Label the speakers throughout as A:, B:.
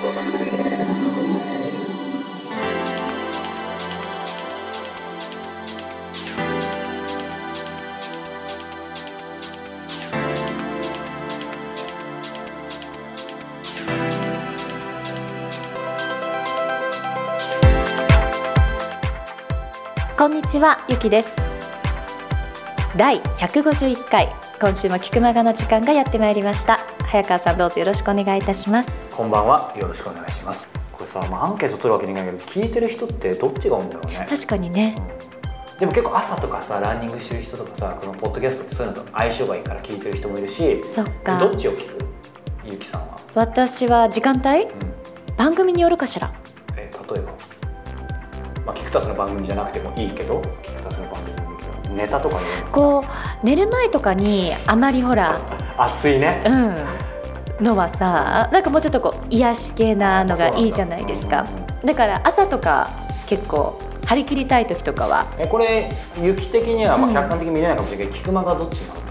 A: こんにちは、ゆきです。第151回、今週も菊間がの時間がやってまいりました。早川さん、どうぞよろしくお願いいたします。
B: こんばんは、よろしくお願いします。これさ、アンケート取るわけにいかないけど、聞いてる人ってどっちが多いんだろうね。
A: 確かにね、
B: でも結構朝とかさ、ランニングしてる人とかさ、このポッドキャストってそういうのと相性がいいから聞いてる人もいるし。
A: そっか。
B: どっちを聞く？ゆきさんは。
A: 私は時間帯、番組によるかしら。
B: 例えばキクタスの番組じゃなくてもいいけど、キクタスの番組でもいいけど、ネタとか
A: こう寝る前とかにあまりほら
B: 熱いね、
A: のはさ、なんかもうちょっとこう癒し系なのがいいじゃないですか。だから朝とか結構張り切りたい時とかは。
B: これゆき的には客観的に見れないかもしれないけど、菊間がどっちなの？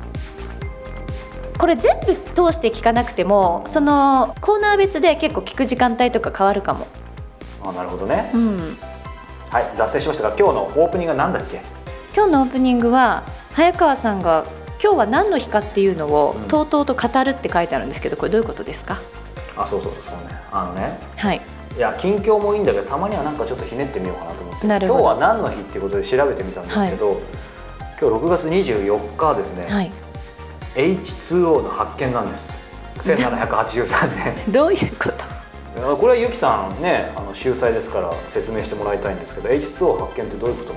A: これ全部通して聞かなくても、そのコーナー別で結構聞く時間帯とか変わるかも。
B: なるほどね。はい、脱線しましたが、今日のオープニングは何だっけ？今
A: 日のオープニングは早川さんが今日は何の日かっていうのをとうとうと語るって書いてあるんですけど、これどういうことですか？
B: そうね、
A: はい。
B: いや、近況もいいんだけど、たまにはなんかちょっとひねってみようかなと思って、
A: 今日
B: は何の日っていうことで調べてみたんですけど、今日6月24日はですね、H2O の発見なんです。1783年。
A: どういうこと？
B: これはゆきさんね、秀才ですから説明してもらいたいんですけど、 H2O 発見ってどういうこと？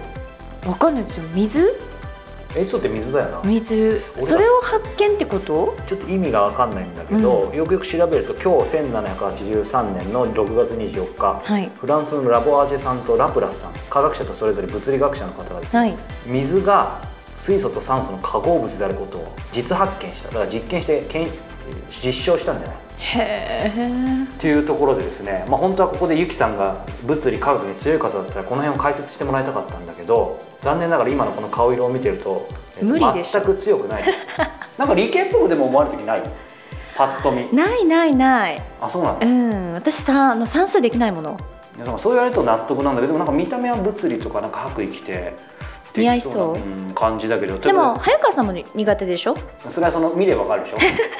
A: わかんないですよ。水？
B: H2O って水だよな。
A: 水。それを発見ってこと？
B: ちょっと意味がわかんないんだけど、よくよく調べると、今日1783年の6月24日、フランスのラボアジェさんとラプラスさん、科学者とそれぞれ物理学者の方がですね、水が水素と酸素の化合物であることを実発見した。だから実験して実証したんじゃないっていうところでですね、本当はここでゆきさんが物理科学に強い方だったらこの辺を解説してもらいたかったんだけど、残念ながら今のこの顔色を見てると
A: 無理でしょ。
B: 全く強くないなんか理系っぽくでも思われる時ない？パッと見ない。そうなの？
A: 私さ、算数できないもの。
B: そう言われると納得なんだけど、でもなんか見た目は物理とかなんか白衣着て
A: 似合いそう、
B: 感じだけど、
A: でも早川さんも苦手でしょ？
B: それは見ればわかるでしょ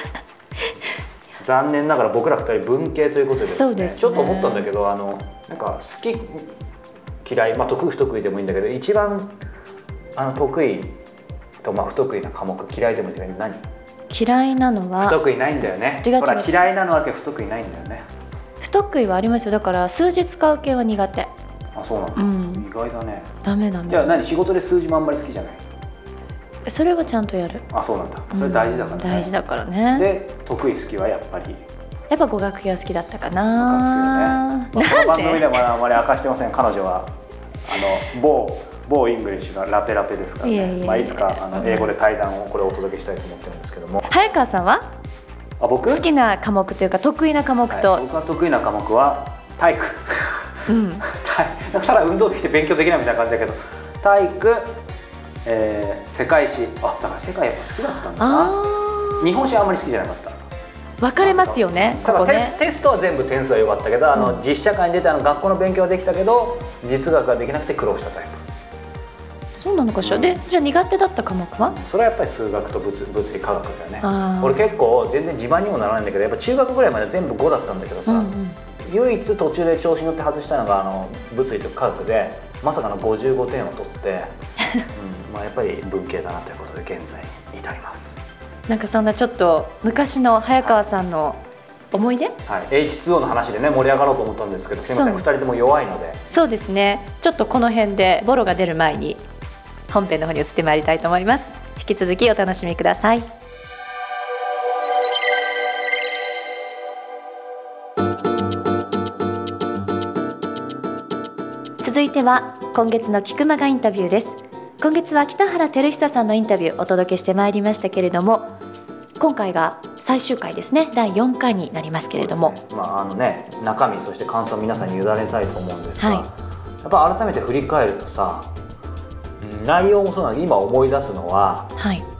B: 残念ながら僕ら2人文系ということでですね、ちょっと思ったんだけど、なんか好き嫌い、得意不得意でもいいんだけど、一番得意と不得意な科目、嫌いでもいいんだけど、何？
A: 嫌いなのは
B: 不得意ないんだよね。ほら、嫌いなのだけ不得意ないんだよね。
A: 不得意はありますよ。だから数字使う系は苦手。
B: そうなんだ、意外だね。
A: ダメ。
B: じゃあ仕事で数字もあんまり好きじゃない？
A: それはちゃんとやる。
B: そうなんだ。それ大事だからね。
A: 大事だからね。
B: で、得意好きはやっぱ
A: 語学系は好きだったかな。
B: この番組でもあまり明かしてません。彼女は某イングリッシュがラペラペですからね。いつか英語で対談をこれをお届けしたいと思ってるんですけども。早
A: 川さんは？
B: 僕？
A: 好きな科目というか得意な科目と。
B: 僕は得意な科目は体育。ただ運動できて勉強できないみたいな感じだけど、体育、世界史、だから世界やっぱ好きだったんだな。日本史はあんまり好きじゃなかった。
A: 分かれますよね、ここね。
B: テストは全部点数は良かったけど、実社会に出て学校の勉強はできたけど実学ができなくて苦労したタイプ。
A: そうなのかしら。で、じゃあ苦手だった科目は？
B: それはやっぱり数学と物理科学だよね。俺結構全然自慢にもならないんだけど、やっぱ中学ぐらいまで全部5だったんだけどさ、唯一途中で調子に乗って外したのが物理と科学で、まさかの55点を取ってやっぱり文系だなということで現在に至ります。
A: なんかそんなちょっと昔の早川さんの思い出、
B: H2O の話でね、盛り上がろうと思ったんですけど、すみません、2人とも弱いので。
A: そうですね、ちょっとこの辺でボロが出る前に本編の方に移ってまいりたいと思います。引き続きお楽しみください。続いては今月の菊間がインタビューです。今月は北原照久さんのインタビューをお届けしてまいりましたけれども、今回が最終回ですね。第4回になりますけれども、
B: 中身そして感想を皆さんに委ねたいと思うんですが、やっぱ改めて振り返るとさ、内容もそうなんだけど今思い出すのは、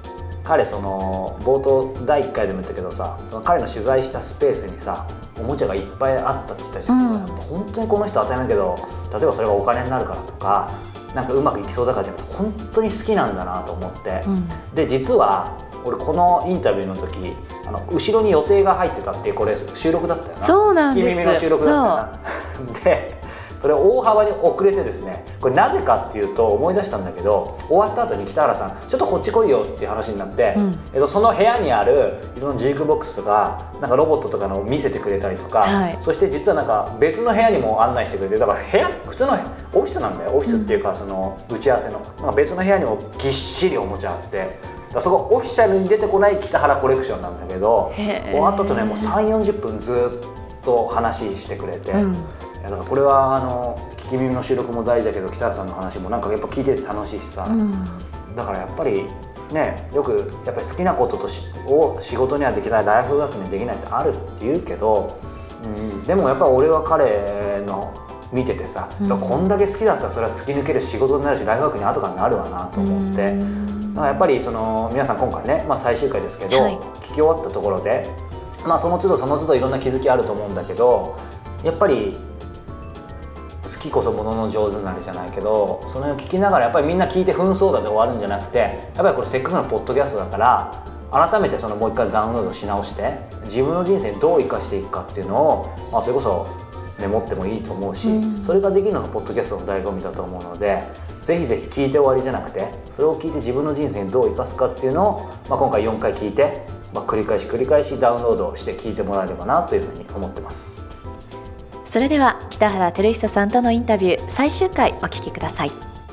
B: 彼その冒頭第1回でも言ったけどさ、その彼の取材したスペースにさおもちゃがいっぱいあったって言ったじゃん、やっぱ本当にこの人当たり前だけど、例えばそれがお金になるからとかなんかうまくいきそうだからじゃなくて本当に好きなんだなと思って、で実は俺このインタビューの時後ろに予定が入ってたっていう、これ収録だったよな。
A: そうなんです。
B: 君の収録だったよな。でそれを大幅に遅れてですね、これなぜかっていうと思い出したんだけど、終わった後に北原さんちょっとこっち来いよっていう話になって、その部屋にあるいろんなジークボックスとかなんかロボットとかのを見せてくれたりとか、そして実はなんか別の部屋にも案内してくれて、だから部屋普通のオフィスなんだよ、オフィスっていうかその打ち合わせの、なんか別の部屋にもぎっしりおもちゃあって、そこオフィシャルに出てこない北原コレクションなんだけど、終わった後ねもう3、40分ずっと話してくれて、だからこれは聞き耳の収録も大事だけど北原さんの話もなんかやっぱ聞いてて楽しいしさ、だからやっぱりね、よくやっぱり好きなことを仕事にはできない、ライフワークにできないってあるって言うけど、でもやっぱ俺は彼の見ててさ、こんだけ好きだったらそれは突き抜ける仕事になるしライフワークに後からなるわなと思って、だからやっぱりその皆さん今回ね、最終回ですけど、聞き終わったところで、その都度その都度いろんな気づきあると思うんだけど、やっぱり好きこそものの上手なりじゃないけど、その辺を聞きながらやっぱりみんな聞いて紛争だで終わるんじゃなくて、やっぱりこれせっかくのポッドキャストだから改めてそのもう一回ダウンロードし直して自分の人生にどう生かしていくかっていうのを、それこそメモってもいいと思うし、それができるのがポッドキャストの醍醐味だと思うので、ぜひぜひ聞いて終わりじゃなくて、それを聞いて自分の人生にどう生かすかっていうのを、今回4回聞いて、繰り返しダウンロードして聞いてもらえればなというふうに思ってます。
A: それでは北原照久さんとのインタビュー最終回お聞きください。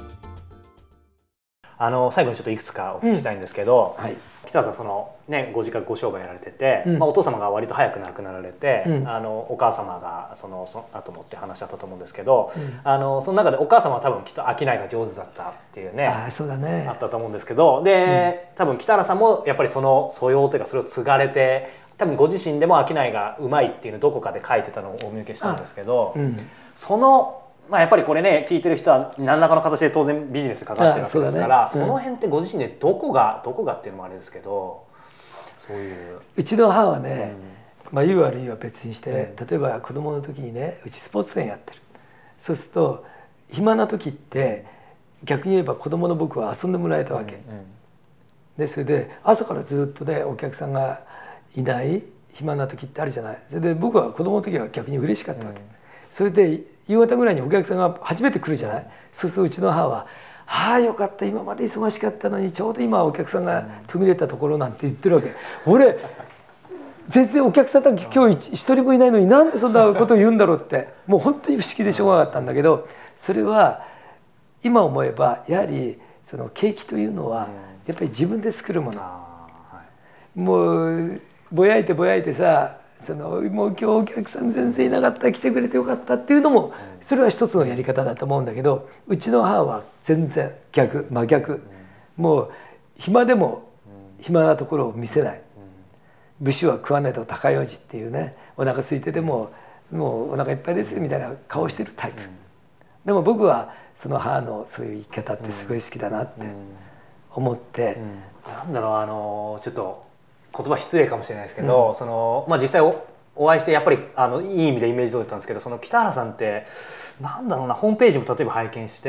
B: 最後にちょっといくつかお聞きしたいんですけど、北原さんその、ご自家ご商売やられてて、お父様が割と早く亡くなられて、お母様がその後もって話だったと思うんですけど、その中でお母様は多分きっと商いが上手だったっていうね、あったと思うんですけど、で、多分北原さんもやっぱりその素養というかそれを継がれて、多分ご自身でも商いがうまいっていうのをどこかで書いてたのをお見受けしたんですけど、そのやっぱりこれね聞いてる人は何らかの形で当然ビジネスに関わってるわけですから、その辺ってご自身でどこがっていうのもあれですけど、そういう
C: うちの母はね、言う悪いは別にして、例えば子供の時にね、うちスポーツ店やってる。そうすると暇な時って逆に言えば子供の僕は遊んでもらえたわけ、でそれで朝からずっとねお客さんがいない暇な時ってあるじゃない。それで僕は子供の時は逆に嬉しかったわけ、それで夕方ぐらいにお客さんが初めて来るじゃない。そうするとうちの母は「ああよかった、今まで忙しかったのにちょうど今お客さんが途切れたところ」なんて言ってるわけ。俺全然お客さんだけ今日一人もいないのになんでそんなことを言うんだろうってもう本当に不思議でしょうがなかったんだけど、それは今思えばやはりその景気というのはやっぱり自分で作るもの。もうぼやいてさ、もう今日お客さん全然いなかった、来てくれてよかったっていうのもそれは一つのやり方だと思うんだけど、うちの母は全然真逆、もう暇でも暇なところを見せない。武士は食わねと高用事っていうね、お腹空いててももうお腹いっぱいですみたいな顔してるタイプ。でも僕はその母のそういう生き方ってすごい好きだなって思って、
B: なんだろう、ちょっと言葉失礼かもしれないですけど、実際お会いしてやっぱりいい意味でイメージ通りだったんですけど、その北原さんってなんだろうな、ホームページも例えば拝見して、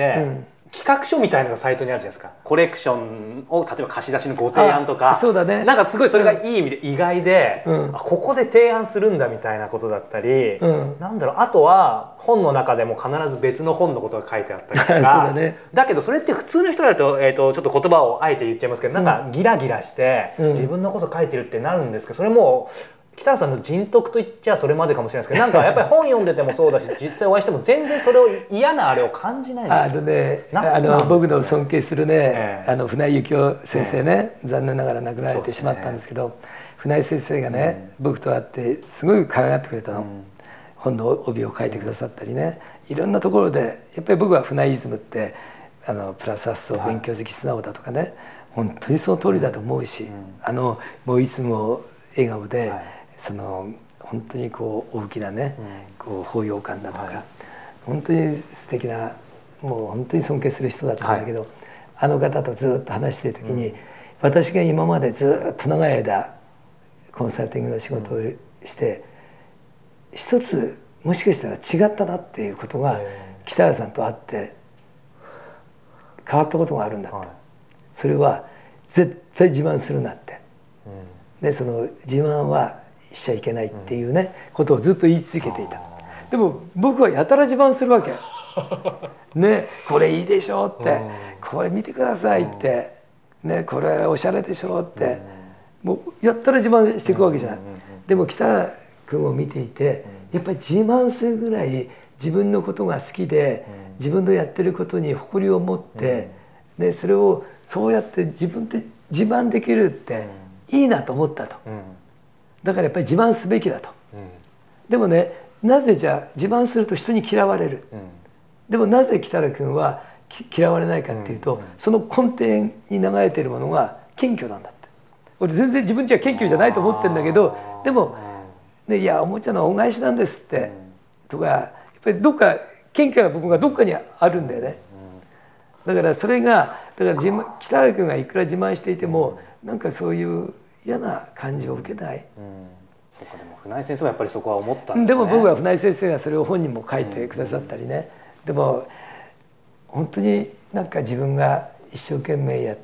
B: 企画書みたいなのがサイトにあるじゃないですか。コレクションを例えば貸し出しのご提案とか、
C: そうだね、
B: なんかすごいそれがいい意味で意外で、ここで提案するんだみたいなことだったり、なんだろう、あとは本の中でも必ず別の本のことが書いてあったりとかだけどそれって普通の人だと、ちょっと言葉をあえて言っちゃいますけど、なんかギラギラして自分のこと書いてるってなるんですけど、それも北原さんの人徳といっちゃそれまでかもしれないですけど、なんかやっぱり本読んでてもそうだし実際お会いしても全然それを嫌なあれを感じないんですよ。
C: 僕の尊敬するね、船井幸雄先生ね、残念ながら亡くなられてしまったんですけど、船井先生がね、僕と会ってすごい可愛がってくれたの。本の帯を書いてくださったりね、いろんなところでやっぱり僕は船井イズムってプラス発想、勉強好き素直だとかね、本当にその通りだと思うし、もういつも笑顔で、本当にこう大きなね、こう包容感だとか、本当に素敵な、もう本当に尊敬する人だったんだけど、あの方とずっと話している時に、 私が今までずっと長い間コンサルティングの仕事をして、一つもしかしたら違ったなっていうことが北原さんと会って変わったことがあるんだと、それは絶対自慢するなって、でその自慢はしちゃいけないっていうね、ことをずっと言い続けていた。でも僕はやたら自慢するわけね、これいいでしょって、これ見てくださいって、ね、これおしゃれでしょって、もうやったら自慢していくわけじゃない。でも北原君を見ていて、やっぱり自慢するぐらい自分のことが好きで、自分のやってることに誇りを持って、でそれをそうやって自分で自慢できるっていいなと思ったと。だからやっぱり自慢すべきだと。でもね、なぜじゃあ自慢すると人に嫌われる。でもなぜ北原君は嫌われないかっていうと、その根底に流れているものが謙虚なんだって。俺全然自分じゃ謙虚じゃないと思ってるんだけど、でも、ね、いやおもちゃの恩返しなんですってとか、やっぱりどっか謙虚な部分がどっかにあるんだよね。だからそれがだから北原君がいくら自慢していても、なんかそういう嫌な感じを受けない。
B: そうか、でも船井先生はやっぱりそこは思ったんですね。
C: でも僕は船井先生がそれを本にも書いてくださったりね、でも本当になんか自分が一生懸命やって、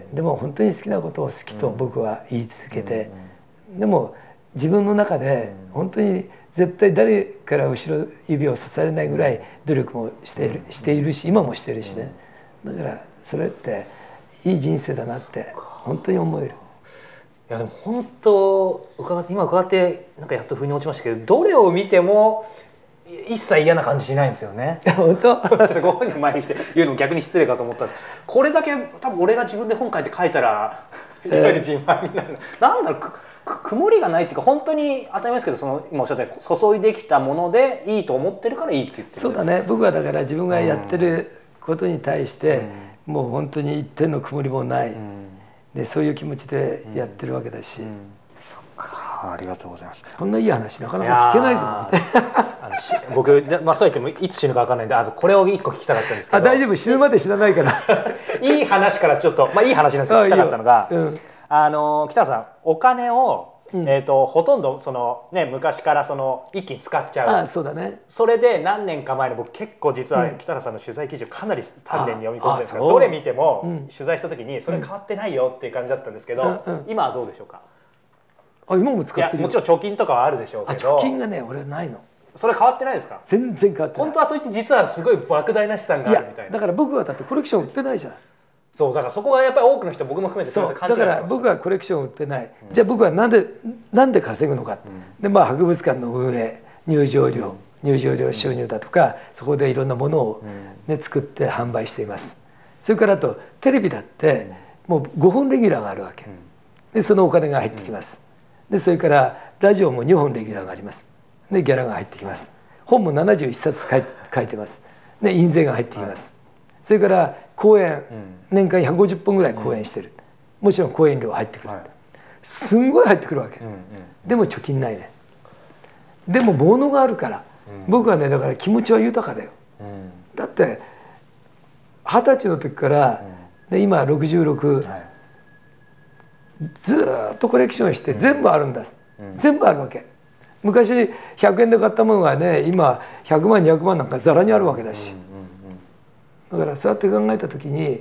C: でも本当に好きなことを好きと僕は言い続けて、でも自分の中で本当に絶対誰から後ろ指を刺されないぐらい努力もしているし、今もしてるしね。だからそれっていい人生だなって本当に思える。
B: いやでも本当今伺ってなんかやっと腑に落ちましたけど、どれを見ても一切嫌な感じしないんですよね。
C: 本当
B: ちょっとご本人前にして言うのも逆に失礼かと思ったんです。これだけ多分俺が自分で本書いて書いたらいわゆる自慢になる、なんだろう、曇りがないっていうか、本当に当たり前ですけど、その今おっしゃったように注いできたものでいいと思ってるからいいって言ってる。
C: そうだね。僕はだから自分がやってることに対して、もう本当に一点の曇りもない、でそういう気持ちでやってるわけだし。
B: そっか、ありがとうございます。
C: こんないい話なかなか聞けないぞ。
B: 僕、そう言ってもいつ死ぬか分かんないんで、これを一個聞きたかったんですけど。
C: 大丈夫、死ぬまで死なないから
B: いい話からちょっと、いい話なんですけど聞きたかったのが、北原さんお金をほとんどその、ね、昔からその一気に使っちゃう。
C: そうだね。
B: それで何年か前に僕結構実は北原さんの取材記事をかなり丹念に読み込んでるんですけど、どれ見ても取材した時にそれ変わってないよっていう感じだったんですけど、今はどうでしょうか？
C: 今も使ってるよ。
B: もちろん貯金とかはあるでしょうけど。
C: 貯金がね、俺はないの。
B: それ変わってないですか？
C: 全然変わってない。
B: 本当はそう言って実はすごい莫大な資産があるみたいな。
C: だから僕はだってコレクション売ってないじゃん。
B: そうだからそこがやっぱり多くの人、僕も含めて
C: そうだから僕はコレクション売ってない。じゃあ僕はなんで稼ぐのか。で博物館の運営、入場料収入だとか、そこでいろんなものをね作って販売しています。それからあとテレビだってもう5本レギュラーがあるわけで、そのお金が入ってきます。でそれからラジオも2本レギュラーがあります。でギャラが入ってきます。本も71冊書いてます。で印税が入ってきます。それから講演、年間150本ぐらい講演してる。もちろん講演料入ってくる。すんごい入ってくるわけ。でも貯金ないね。でも物があるから、僕はね、だから気持ちは豊かだよ。だって20歳の時からで今66、ずっとコレクションして全部あるんだ。全部あるわけ。昔100円で買ったものがね、今100万200万なんかざらにあるわけだし。だからそうやって考えた時に、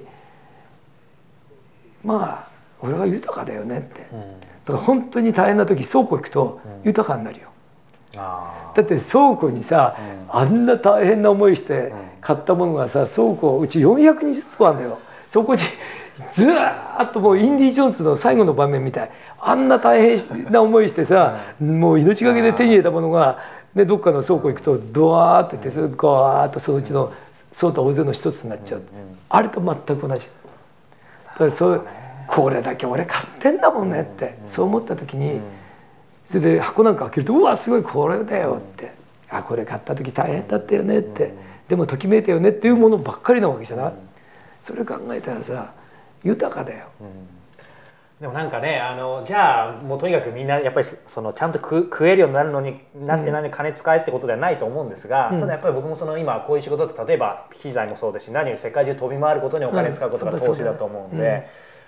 C: まあ俺は豊かだよねって。だから本当に大変な時倉庫行くと豊かになるよ。だって倉庫にさ、あんな大変な思いして買ったものがさ、倉庫うち420個あるんだよ。そこにずーっともうインディ・ジョーンズの最後の場面みたい、あんな大変な思いしてさ、もう命がけで手に入れたものが、ね、どっかの倉庫行くとドワーッといってガーッとそのうちのそうと大勢の一つになっちゃう。あれと全く同じ。だからこれだけ俺買ってんだもんねって、そう思った時に、それで箱なんか開けると、うわすごいこれだよって、あこれ買った時大変だったよねって、でもときめいたよねっていうものばっかりなわけじゃない。それ考えたらさ、豊かだよ。
B: でもなんかね、じゃあもうとにかくみんなやっぱりそのちゃんと食えるようになるのになって何金使えってことではないと思うんですが、ただやっぱり僕もその今こういう仕事だと、例えば機材もそうですし、何より世界中飛び回ることにお金使うことが投資だと思うんで、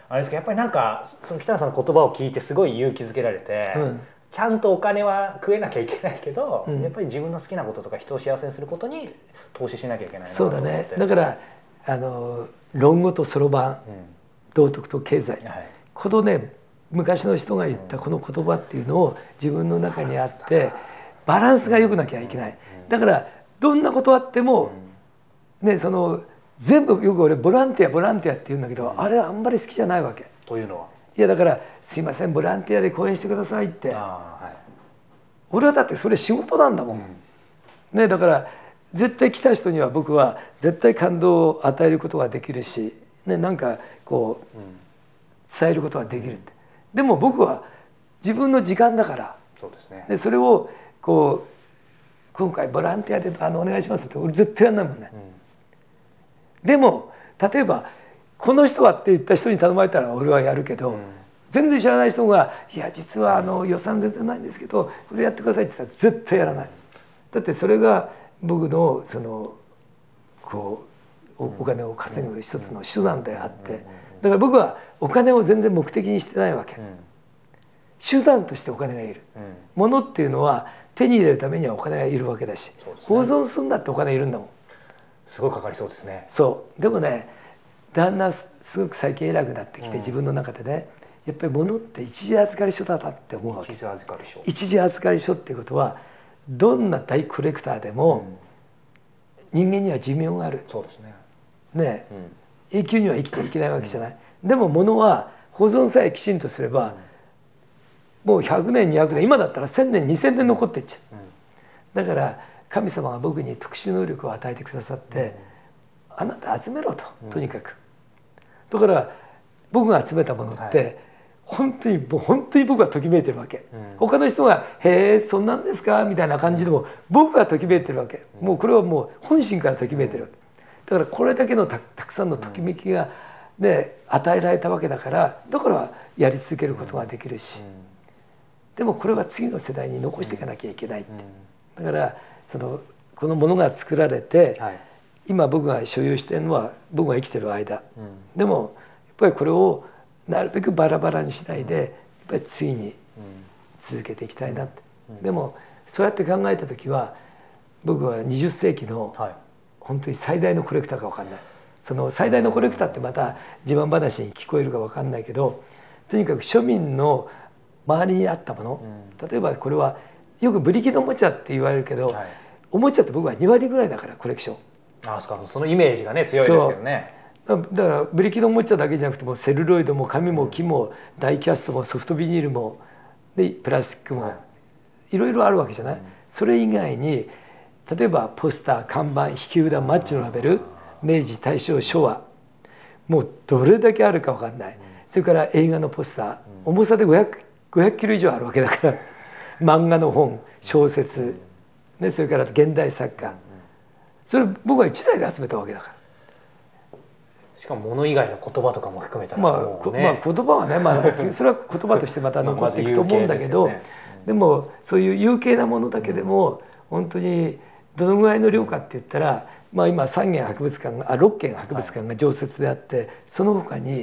B: あれですか、やっぱりなんかその北野さんの言葉を聞いてすごい勇気づけられて、ちゃんとお金は食えなきゃいけないけど、やっぱり自分の好きなこととか人を幸せにすることに投資しなきゃいけないなと思って。
C: そうだね。だから論語とそろばん、道徳と経済、このね昔の人が言ったこの言葉っていうのを自分の中にあって、バランスが良くなきゃいけない。だからどんなことあってもね、その全部、よく俺ボランティアって言うんだけど、あれはあんまり好きじゃないわけ。
B: というのは、
C: いやだから「すいませんボランティアで講演してください」って、俺はだってそれ仕事なんだもん、ね、だから絶対来た人には僕は絶対感動を与えることができるし、ね、なんかこう伝えることができるって。でも僕は自分の時間だから、
B: そうですね。
C: でそれをこう今回ボランティアでお願いしますって俺絶対やんないもんね。でも例えばこの人はって言った人に頼まれたら俺はやるけど、全然知らない人が「いや実は予算全然ないんですけどこれやってください」って言ったら絶対やらない。だってそれが僕のそのこうお金を稼ぐ一つの手段であって、だから僕はお金を全然目的にしてないわけ。手段としてお金がいる。ものっていうのは手に入れるためにはお金がいるわけだし、保存するんだってお金いるんだもん。
B: すごいかかりそうですね。
C: そうでもね、だんだんすごく最近偉くなってきて、自分の中でね、やっぱり物って一時預かり書だなって思うわけ。
B: 一時預かり書。
C: 一時預かり書っていうことはどんな大コレクターでも人間には寿命がある。
B: そうですね。
C: ね、永久には生きていけないわけじゃない。でも物は保存さえきちんとすれば、もう100年200年、今だったら1000年2000年残っていっちゃう。だから神様が僕に特殊能力を与えてくださって、あなた集めろと、とにかく。だから僕が集めたものって本当に僕はときめいてるわけ。他の人が「へえそんなんですか」みたいな感じでも僕はときめいてるわけ。もうこれはもう本心からときめいてるわけ。だからこれだけのたくさんのときめきが、ね、与えられたわけだから、だからやり続けることができるし、でもこれは次の世代に残していかなきゃいけないって。だからこのものが作られて、今僕が所有しているのは僕が生きてる間、でもやっぱりこれをなるべくバラバラにしないで、やっぱり次に続けていきたいなって。でもそうやって考えた時は僕は20世紀の本当に最大のコレクターか分かんない。その最大のコレクターってまた自慢話に聞こえるか分かんないけど、とにかく庶民の周りにあったもの、例えばこれはよくブリキのおもちゃって言われるけど、おもちゃって僕は2割ぐらいだからコレクション。
B: あ、そのイメージがね強いですけどね。
C: だからブリキのおもちゃだけじゃなくてもセルロイドも紙も木もダイキャストもソフトビニールもでプラスチックもいろいろあるわけじゃない。それ以外に例えばポスター、看板、引き札、マッチのラベル、明治、大正、昭和、もうどれだけあるか分かんない。それから映画のポスター、重さで500キロ以上あるわけだから、漫画の本、小説、ね、それから現代作家、それ僕は1台で集めたわけだから。
B: しかも物以外の言葉とかも含めたら
C: まあ言葉はね、それは言葉としてまた残っていくと思うんだけど、でもそういう有形なものだけでも本当にどのぐらいの量かって言ったら、今6軒博物館が常設であって、その他に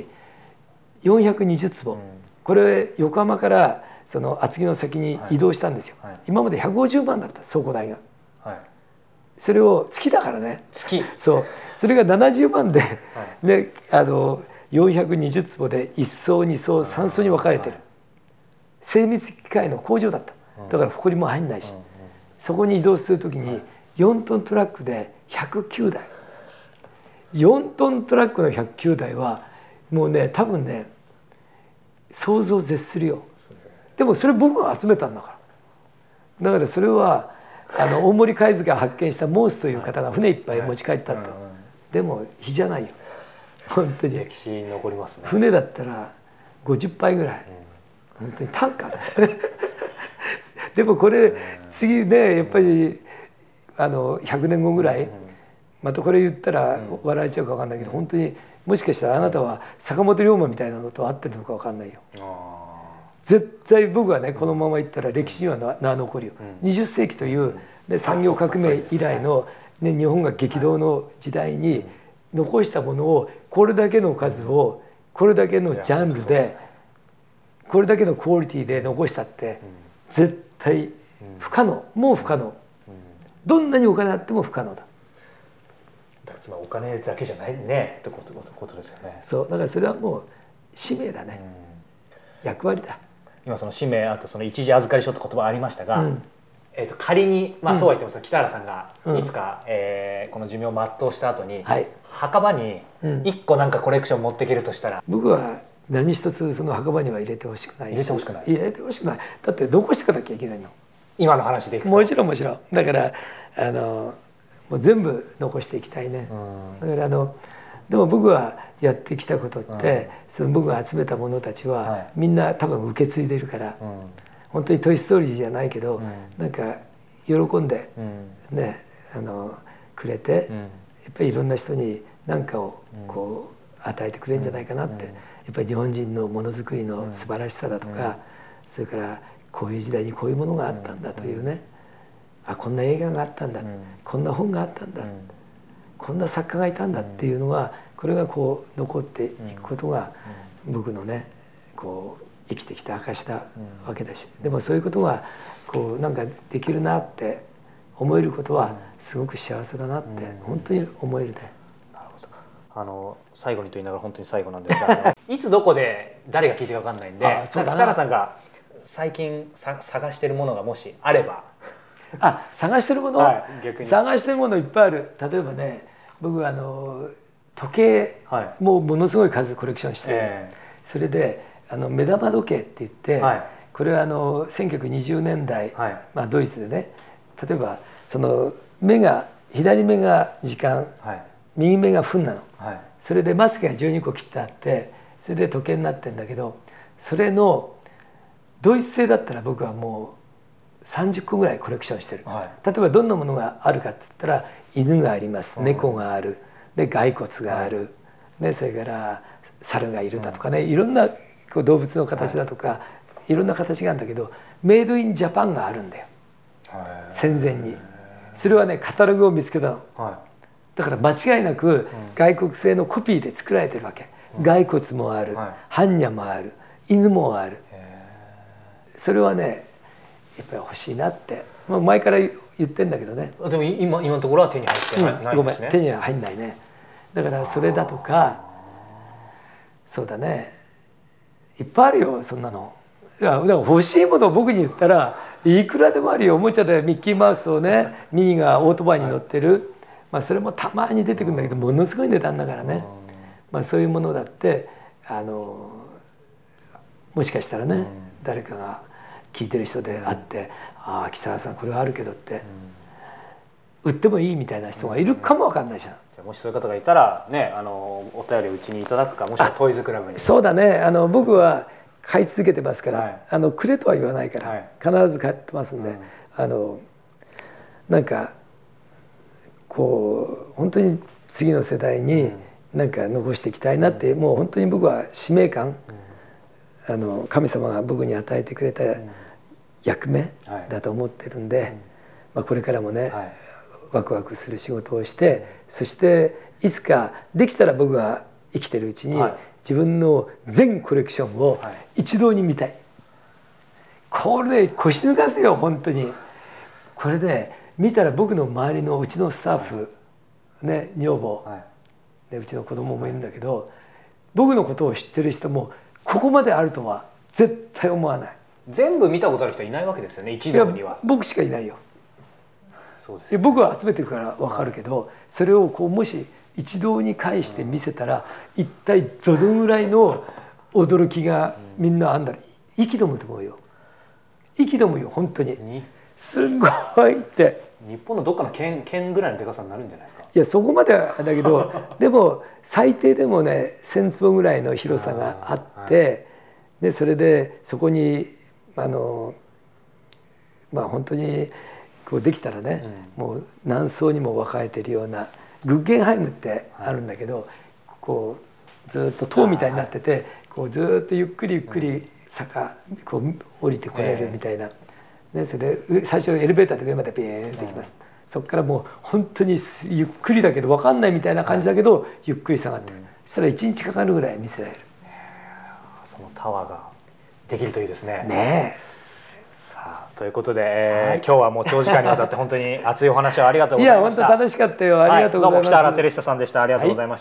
C: 420坪、これ横浜からその厚木の先に移動したんですよ。今まで150万だった倉庫代が。それを月だからね。そう、それが70万で、で420坪で1層2層3層に分かれてる精密機械の工場だった。だから埃も入んないし、そこに移動する時に4トントラックで109台、4トントラックの109台はもうね、多分ね想像を絶するよ。でもそれ僕が集めたんだから。だからそれは大森海図が発見したモースという方が船いっぱい持ち帰ったと。でも火じゃないよ、本当に。
B: 歴史に残りますね。
C: 船だったら50杯ぐらい、本当にタンカーだね。でもこれ次ね、やっぱり100年後ぐらい、またこれ言ったら笑えちゃうか分かんないけど、本当にもしかしたらあなたは坂本龍馬みたいなのと合ってるのか分かんないよ。絶対僕はね、このままいったら歴史には名残るよ。20世紀という、ね、産業革命以来の、ね、日本が激動の時代に残したものをこれだけの数をこれだけのジャンルでこれだけのクオリティで残したって絶対不可能、もう不可能、どんなにお金あっても不可能だ。
B: だからお金だけじゃないねってことですよね。
C: そうだからそれはもう使命だね、役割だ。
B: 今その使命、あとその一時預かり書って言葉ありましたが、仮にそうは言っても北原さんがいつかこの寿命を全うした後に墓場に1個なんかコレクション持っていけるとしたら、
C: 僕は何一つその墓場には入れてほしくないし、
B: 入れてほしくない、
C: 入れてほしくない。だって残していかなきゃいけないの、
B: 今の話でいくと。
C: もちろんもちろん。だからもう全部残していきたいね。だからでも僕はやってきたことって、その僕が集めた者たちはみんな多分受け継いでるから、本当にトイ・ストーリーじゃないけど、なんか喜んでねくれて、やっぱりいろんな人に何かをこう与えてくれるんじゃないかなって、やっぱり日本人のものづくりの素晴らしさだとか、それからこういう時代にこういうものがあったんだというね、あ、こんな映画があったんだ、こんな本があったんだ、こんな作家がいたんだっていうのが、これがこう残っていくことが僕のねこう生きてきた証だわけだし、でもそういうことがこうなんかできるなって思えることはすごく幸せだなって本当に思えるね。
B: なるほど。最後にと言いながら本当に最後なんですがいつどこで誰が聞いてるか分かんないんで、北原さんが最近探してるものがもしあれば。
C: 探してるもの、逆に探してるものいっぱいある。例えばね、僕時計もものすごい数コレクションしてる、それで目玉時計って言って、これは1920年代、ドイツでね、例えばその左目が時間、右目が分なの、それでまつげが12個切ってあって、それで時計になってるんだけど、それのドイツ製だったら僕はもう30個ぐらいコレクションしてる。例えばどんなものがあるかって言ったら、犬があります、猫がある、で骸骨がある、でそれから猿がいるだとかね、いろんな動物の形だとか、いろんな形があるんだけど、メイドインジャパンがあるんだよ、戦前に。それはねカタログを見つけたの、だから間違いなく外国製のコピーで作られてるわけ。骸骨もある、般若もある、犬もある。それはねやっぱり欲しいなって、前から言ってんだけどね。
B: でも今のところは手に入ってないんですね。
C: 手には入んないね。だからそれだとか、そうだね、いっぱいあるよそんなの。だから欲しいものを僕に言ったらいくらでもあるよ。おもちゃでミッキーマウスとね、ミニーがオートバイに乗ってる、それもたまに出てくるんだけど、ものすごい値段だからね。そういうものだってもしかしたらね、誰かが聞いてる人であって「ああ木更さんこれはあるけど」って売ってもいいみたいな人がいるかもわかんないじゃん。
B: じゃあもしそういう方がいたらね、お便りをうちにいただくか、もしくはトイズクラブに。
C: そうだね、僕は買い続けてますから、くれとは言わないから、必ず買ってますんで、なんかこう本当に次の世代になんか残していきたいなって、もう本当に僕は使命感、神様が僕に与えてくれた役目だと思ってるんで、これからもね、ワクワクする仕事をして、そしていつかできたら僕が生きてるうちに自分の全コレクションを一堂に見たい。これ腰抜かすよ本当に。これで見たら僕の周りのうちのスタッフね、女房、うちの子供もいるんだけど、僕のことを知ってる人もここまであるとは絶対思わない。
B: 全部見たことある人いないわけですよね、一堂には。
C: 僕しかいないよ。
B: そうですよね。
C: 僕は集めてるから分かるけど、それをもし一堂に会して見せたら、一体どのぐらいの驚きがみんなあんだろう。息飲むと思うよ。息飲むよ本当に。すごいって。
B: 日本のどっかの県ぐらいのでかさになるんじゃないですか。
C: いやそこまではだけどでも最低でもね1,000坪ぐらいの広さがあって、でそれでそこに本当にこうできたらね、もう何層にも分かれてるようなグッゲンハイムってあるんだけど、こうずっと塔みたいになってて、こうずっとゆっくりゆっくり坂こう降りてこれるみたいな。それで最初エレベーターで上までビーンって行きます。そこからもう本当にゆっくりだけど分かんないみたいな感じだけどゆっくり下がってる。そしたら1日かかるぐらい見せられる。
B: そのタワーができるといいですね。
C: ねえ。
B: さあということで、今日はもう長時間にわたって本当に熱いお話をありがとうございました。
C: いや本当楽しかったよ。ありがとうございます。
B: どうも北原照久さんでした。ありがとうございました。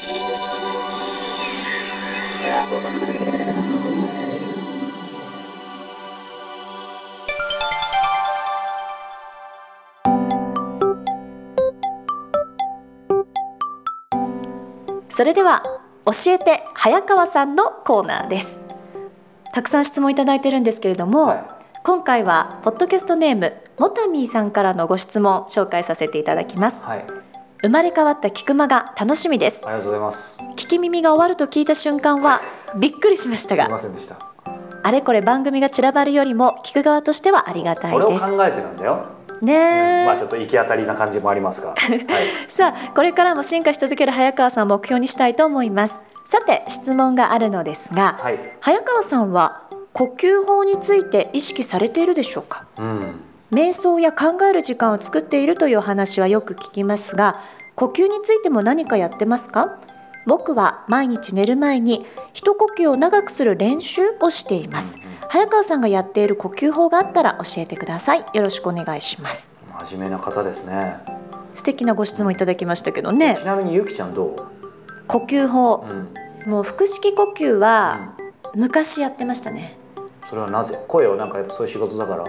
A: それでは教えて早川さんのコーナーです。たくさん質問いただいてるんですけれども、今回はポッドキャストネームモタミーさんからのご質問紹介させていただきます。生まれ変わった菊間が楽しみです。
B: ありがとうございます。
A: 聞き耳が終わると聞いた瞬間はびっくりしましたが、
B: すいませんでした。
A: あれこれ番組が散らばるよりも聞く側としてはありがたいです。
B: それを考えてるんだよね。まあちょっと行き当たりな感じもありますが、
A: さあこれからも進化し続ける早川さんを目標にしたいと思います。さて質問があるのですが、早川さんは呼吸法について意識されているでしょうか。瞑想や考える時間を作っているという話はよく聞きますが、呼吸についても何かやってますか。僕は毎日寝る前に一呼吸を長くする練習をしています。早川さんがやっている呼吸法があったら教えてください。よろしくお願いします。
B: 真面目な方ですね。
A: 素敵なご質問いただきましたけどね。
B: ちなみにゆきちゃんどう？
A: 呼吸法、もう腹式呼吸は昔やってましたね。
B: それはなぜ？声をなんかやっぱそういう仕事だから、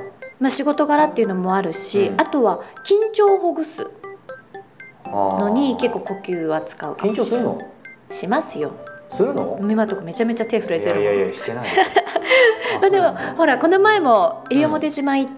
A: 仕事柄っていうのもあるし、あとは緊張をほぐすのに結構呼吸は使うかもしれない。緊張するの？しますよ。
B: するの？
A: 今とかめちゃめちゃ手震えてる。
B: いやいやしてない
A: でもほらこの前も西表島行って、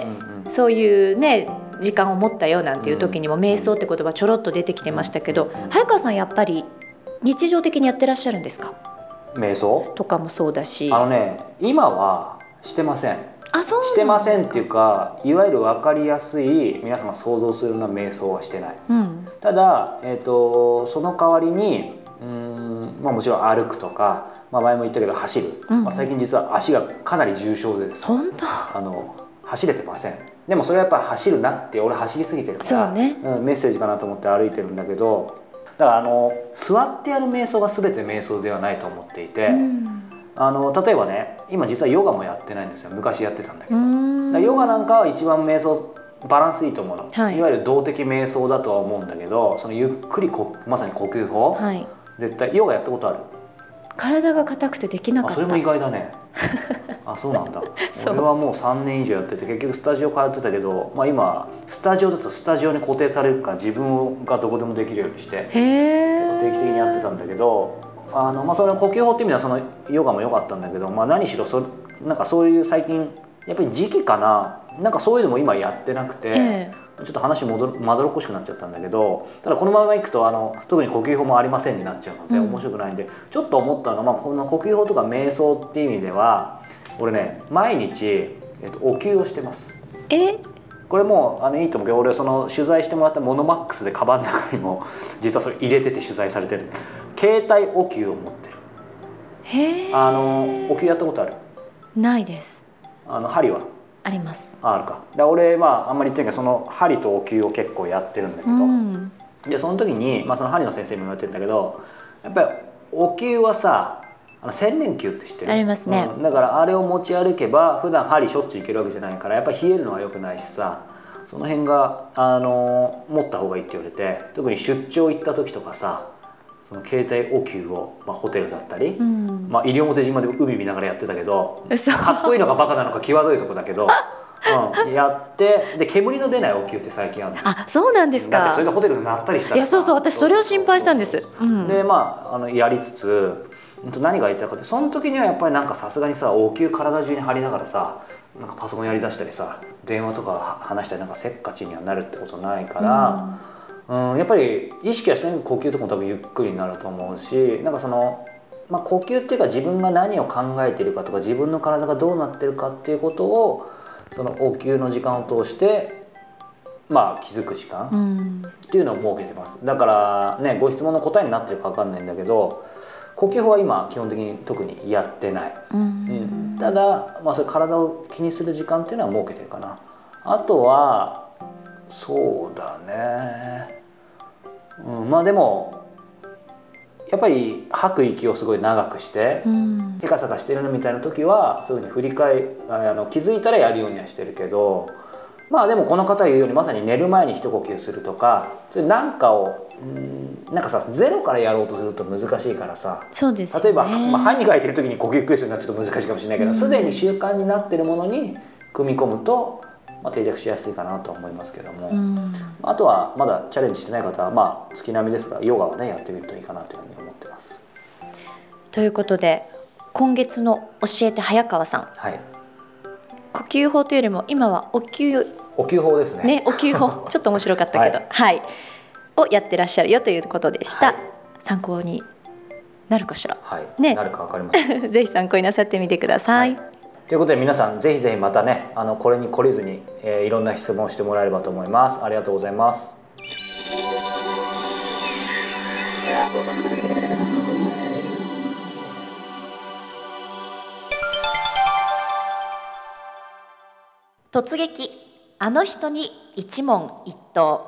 A: そういうね時間を持ったよなんていう時にも瞑想って言葉ちょろっと出てきてましたけど、早川さんやっぱり日常的にやってらっしゃるんですか？
B: 瞑想
A: とかもそうだし、
B: 今はしてません。
A: して
B: ませんっていうか、いわゆる分かりやすい皆さんが想像するような瞑想はしてない。ただ、その代わりにもちろん歩くとか、前も言ったけど走る、最近実は足がかなり重症でですね、
A: 本当
B: 走れてません。でもそれはやっぱり走るなって、俺走りすぎてるから、メッセージかなと思って歩いてるんだけど、だから座ってやる瞑想が全て瞑想ではないと思っていて、例えばね、今実はヨガもやってないんですよ。昔やってたんだけど、ヨガなんかは一番瞑想バランスいいと思うの、いわゆる動的瞑想だとは思うんだけど、そのゆっくりまさに呼吸法、絶対ヨガやったことある？
A: 体が硬くてできなかった。
B: それも意外だね。そうなんだ。俺はもう3年以上やってて、結局スタジオ通ってたけど、今スタジオだとスタジオに固定されるから自分がどこでもできるようにして定期的にやってたんだけど、その呼吸法っていう意味ではそのヨガも良かったんだけど、何しろなんかそういう最近やっぱり時期かな、なんかそういうのも今やってなくて、ちょっと話まどろっこしくなっちゃったんだけど、ただこのままいくと特に呼吸法もありませんになっちゃうので面白くないんで、ちょっと思ったのが、この呼吸法とか瞑想っていう意味では俺ね、毎日、お灸をしてます。これもいいと思うけど、俺その取材してもらったモノマックスでカバンの中にも実はそれ入れてて取材されてる携帯お灸を持ってる。お灸やったことある？
A: ないです。
B: 針は
A: あります。
B: あるか。俺あんまり言ってないけど、その針とお灸を結構やってるんだけど、でその時に、その針の先生にも言われてるんだけど、やっぱりお灸はさ、洗面灸って知ってる？
A: ありますね。
B: だからあれを持ち歩けば普段針しょっちゅういけるわけじゃないから、やっぱり冷えるのは良くないしさ、その辺が持った方がいいって言われて、特に出張行った時とかさ、その携帯お灸を、ホテルだったり、西表島で海見ながらやってたけど、かっこいいのかバカなのか際どいとこだけどやって、で煙の出ないお灸って最近あるの。
A: そうなんですか。
B: だってそれでホテルになったりしたら、
A: 私それを心配したんです。
B: でやりつつ、何が言ってたかって、その時にはやっぱりなんかさすがにさ、お灸体中に張りながらさ、なんかパソコンやりだしたりさ、電話とか話したりなんかせっかちにはなるってことないから、やっぱり意識はしないけど呼吸とかも多分ゆっくりになると思うし、なんかその、呼吸っていうか自分が何を考えているかとか、自分の体がどうなってるかっていうことをそのお灸の時間を通して気づく時間っていうのを設けてます。だからね、ご質問の答えになってるか分かんないんだけど、呼吸法は今基本的に特にやってない、ただそれ体を気にする時間っていうのは設けてるかな。あとはそうだね、でもやっぱり吐く息をすごい長くしてせかさかしてるのみたいな時はそういうふうに気づいたらやるようにはしてるけど、まあでもこの方言うようにまさに寝る前に一呼吸するとか、それなんかをなんかさゼロからやろうとすると難しいからさ、
A: そうですよね、
B: 例えば、歯磨いてる時に呼吸するのはちょっと難しいかもしれないけど、すでに習慣になってるものに組み込むと、定着しやすいかなと思いますけども、あとはまだチャレンジしてない方は好きなみですがヨガをねやってみるといいかなというふうに思ってます。
A: ということで今月の教えて早川さん、はい、呼吸法というよりも今はお灸
B: 法ですね。
A: お灸法ちょっと面白かったけど、はいをやってらっしゃるよということでした。はい、参考になるかしら。
B: はいね、なるか分かりません。
A: ぜひ参考になさってみてください。
B: ということで皆さんぜひぜひまたねこれに懲りずに、いろんな質問をしてもらえればと思います。ありがとうございます。
A: 突撃あの人に一問一答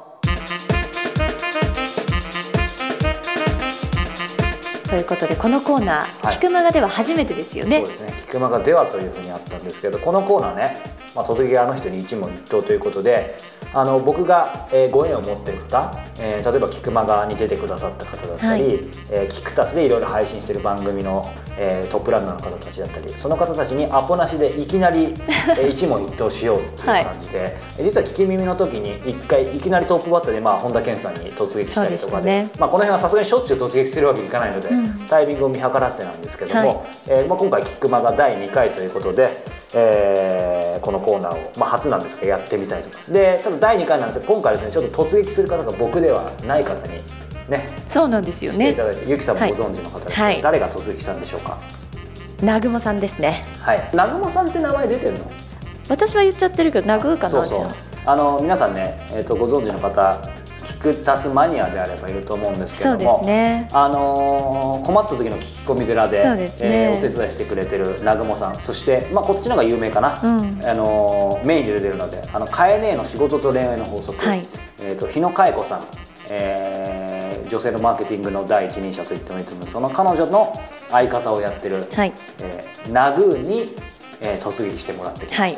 A: ということでこのコーナー、キクマガでは初めてですよね。
B: そうですね、キクマガではというふうにあったんですけど、このコーナーね、突撃あの人に一問一答ということで僕がご縁を持っている方、例えばキクマガに出てくださった方だったり、キクタスでいろいろ配信している番組の、トップランナーの方たちだったり、その方たちにアポなしでいきなり一問一答しようという感じで、実は聞き耳の時に一回いきなりトップバッターで本田健さんに突撃したりとかで、この辺はさすがにしょっちゅう突撃するわけにいかないので、タイミングを見計らってなんですけども、今回キクマガ第2回ということで、このコーナーを、初なんですけどやってみたいと思います。で多分第2回なんですけど、今回ですねちょっと突撃する方が僕ではない方にね、
A: そうなんですよね、
B: 来ていただいて、ゆきさんもご存知の方ですけど、誰が突撃したんでしょうか。
A: 南雲さんですね。
B: はい、南雲さんって名前出てるの？
A: 私は言っちゃってるけど、ナグーかな。
B: そう皆さんね、ご存知の方、キクタスマニアであればいると思うんですけども、そうですね、困った時の聞き込み寺で、お手伝いしてくれてる南雲さん、そして、こっちの方が有名かな、メインで出てるので、カエネの仕事と恋愛の法則、日野佳恵子さん、女性のマーケティングの第一人者と言ってもいいと思います。その彼女の相方をやってる、ナグーに、突撃してもらってきました。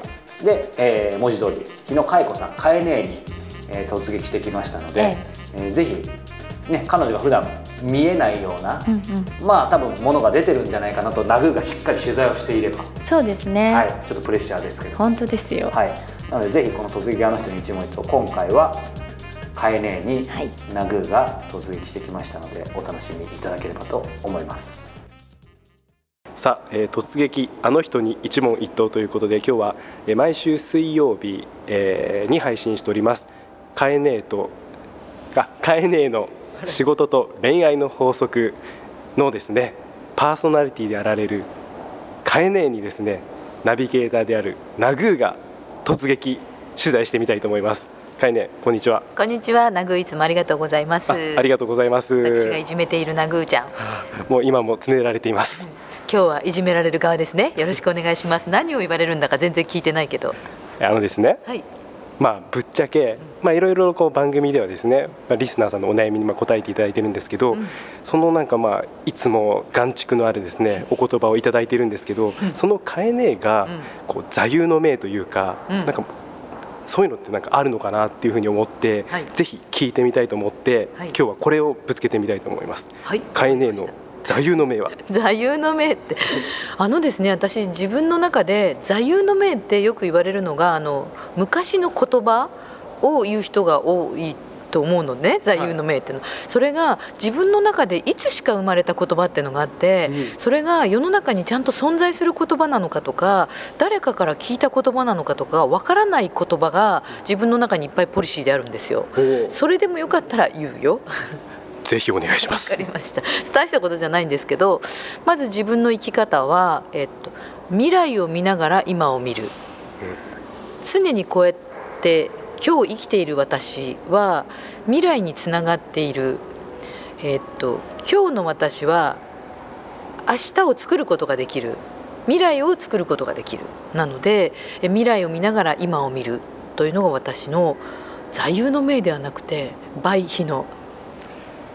B: で、文字通り日野佳恵子さん、カエネに、突撃してきましたので、ぜひ、ね、彼女が普段見えないような、多分ものが出てるんじゃないかなと、ナグーがしっかり取材をしていれば。
A: そうですね、
B: ちょっとプレッシャーですけど、
A: 本当ですよ。
B: なのでぜひこの突撃あの人に一問一答、今回はカエネにナグーが突撃してきましたので、お楽しみいただければと思います。
D: さあ、突撃あの人に一問一答ということで、今日は毎週水曜日に配信しておりますカエネの仕事と恋愛の法則のですね、パーソナリティであられるカエネにですね、ナビゲーターであるナグーが突撃取材してみたいと思います。カエネ、こんにちは。
E: こんにちは。ナグー、いつもありがとうございます。
D: ありがとうございます。
E: 私がいじめているナグーちゃん、
D: もう今もつねられています。
E: 今日はいじめられる側ですね。よろしくお願いします。何を言われるんだか全然聞いてないけど。
D: ですね、ぶっちゃけ、いろいろ番組ではですね、リスナーさんのお悩みに答えていただいてるんですけど、そのいつも眼蓄のあるですね、お言葉をいただいてるんですけど、そのカエネが座右の銘というか、そういうのってあるのかなっていうふうに思って、ぜひ聞いてみたいと思って、今日はこれをぶつけてみたいと思います。カエネの座右の銘は？
E: 座右の銘ってですね、私自分の中で座右の銘ってよく言われるのが、昔の言葉を言う人が多いと思うのね、座右の銘っていうの、それが自分の中でいつしか生まれた言葉っていうのがあって、それが世の中にちゃんと存在する言葉なのかとか、誰かから聞いた言葉なのかとかわからない言葉が自分の中にいっぱいポリシーであるんですよ。それでもよかったら言うよ。
D: ぜひお願いします。
E: わかりました。大したことじゃないんですけど、まず自分の生き方は、未来を見ながら今を見る、常にこうやって今日生きている私は未来につながっている、今日の私は明日を作ることができる、未来を作ることができる、なので未来を見ながら今を見るというのが私の座右の銘ではなくて倍日の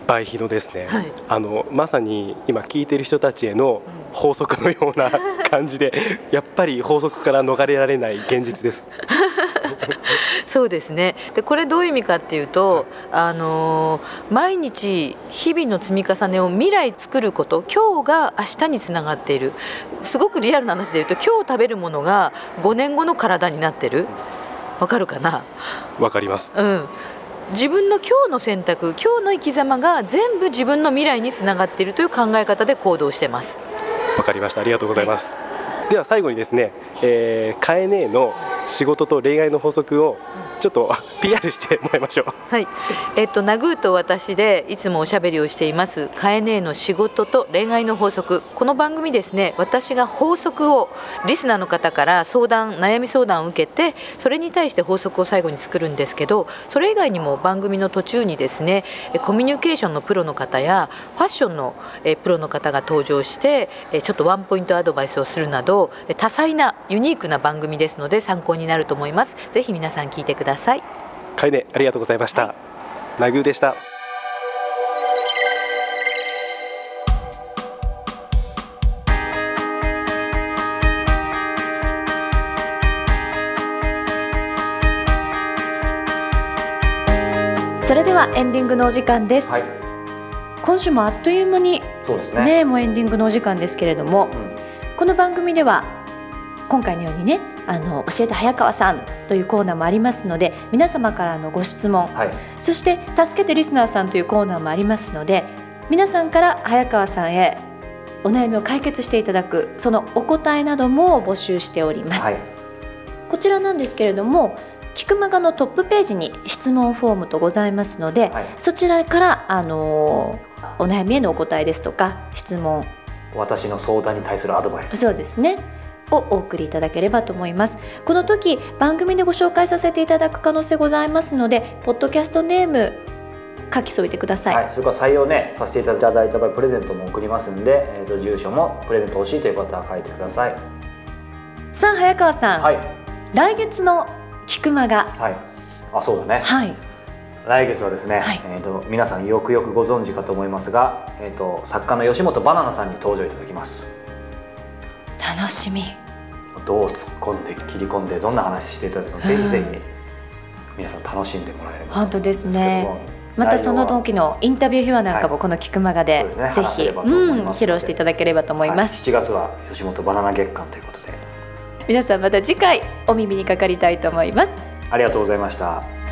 D: 倍日野ですね、
E: はい、
D: まさに今聞いてる人たちへの法則のような感じでやっぱり法則から逃れられない現実です
E: そうですね。でこれどういう意味かっていうと、毎日日々の積み重ねを未来作ること、今日が明日につながっている。すごくリアルな話で言うと、今日食べるものが5年後の体になってる。わかるかな？
D: わかります、
E: 自分の今日の選択、今日の生き様が全部自分の未来につながっているという考え方で行動してます。
D: わかりました。ありがとうございます、では最後にですね、かえねえの仕事と恋愛の法則をちょっと PR してもらいましょう。
E: はい、ナグーと私でいつもおしゃべりをしていますかえねえの仕事と恋愛の法則。この番組ですね、私が法則をリスナーの方から悩み相談を受けて、それに対して法則を最後に作るんですけど、それ以外にも番組の途中にですね、コミュニケーションのプロの方やファッションのプロの方が登場して、ちょっとワンポイントアドバイスをするなど、多彩なユニークな番組ですので参考になると思います。ぜひ皆さん聞いてください。
D: かえねありがとうございました。ナグーでした。
A: それではエンディングのお時間です、はい、今週もあっという間に
B: そうですね、
A: もうエンディングのお時間ですけれども、この番組では今回のようにね、教えて早川さんというコーナーもありますので、皆様からのご質問、そして助けてリスナーさんというコーナーもありますので、皆さんから早川さんへお悩みを解決していただく、そのお答えなども募集しております、こちらなんですけれども、キクマガのトップページに質問フォームとございますので、そちらから、お悩みへのお答えですとか質問、
B: 私の相談に対するアドバイス、
A: そうですねをお送りいただければと思います。この時番組でご紹介させていただく可能性ございますので、ポッドキャストネーム書き添えてください、
B: それから採用ねさせていただいた場合プレゼントも送りますんで、住所もプレゼント欲しいという方は書いてください。
A: さあ早川さん、来月のキクマガ、
B: そうだね、来月はですね、皆さんよくよくご存知かと思いますが、作家の吉本ばななさんに登場いただきます。
A: 楽しみ。
B: どう突っ込んで切り込んでどんな話していただくのか、ぜひぜひ皆さん楽しんでもらえれば。
A: 本当ですね。またその時のインタビュー秘話なんかもこのキクマガでぜひ披露していただければと思います。
B: 7月は吉本バナナ月間ということで、
A: 皆さんまた次回お耳にかかりたいと思います。
B: ありがとうございました。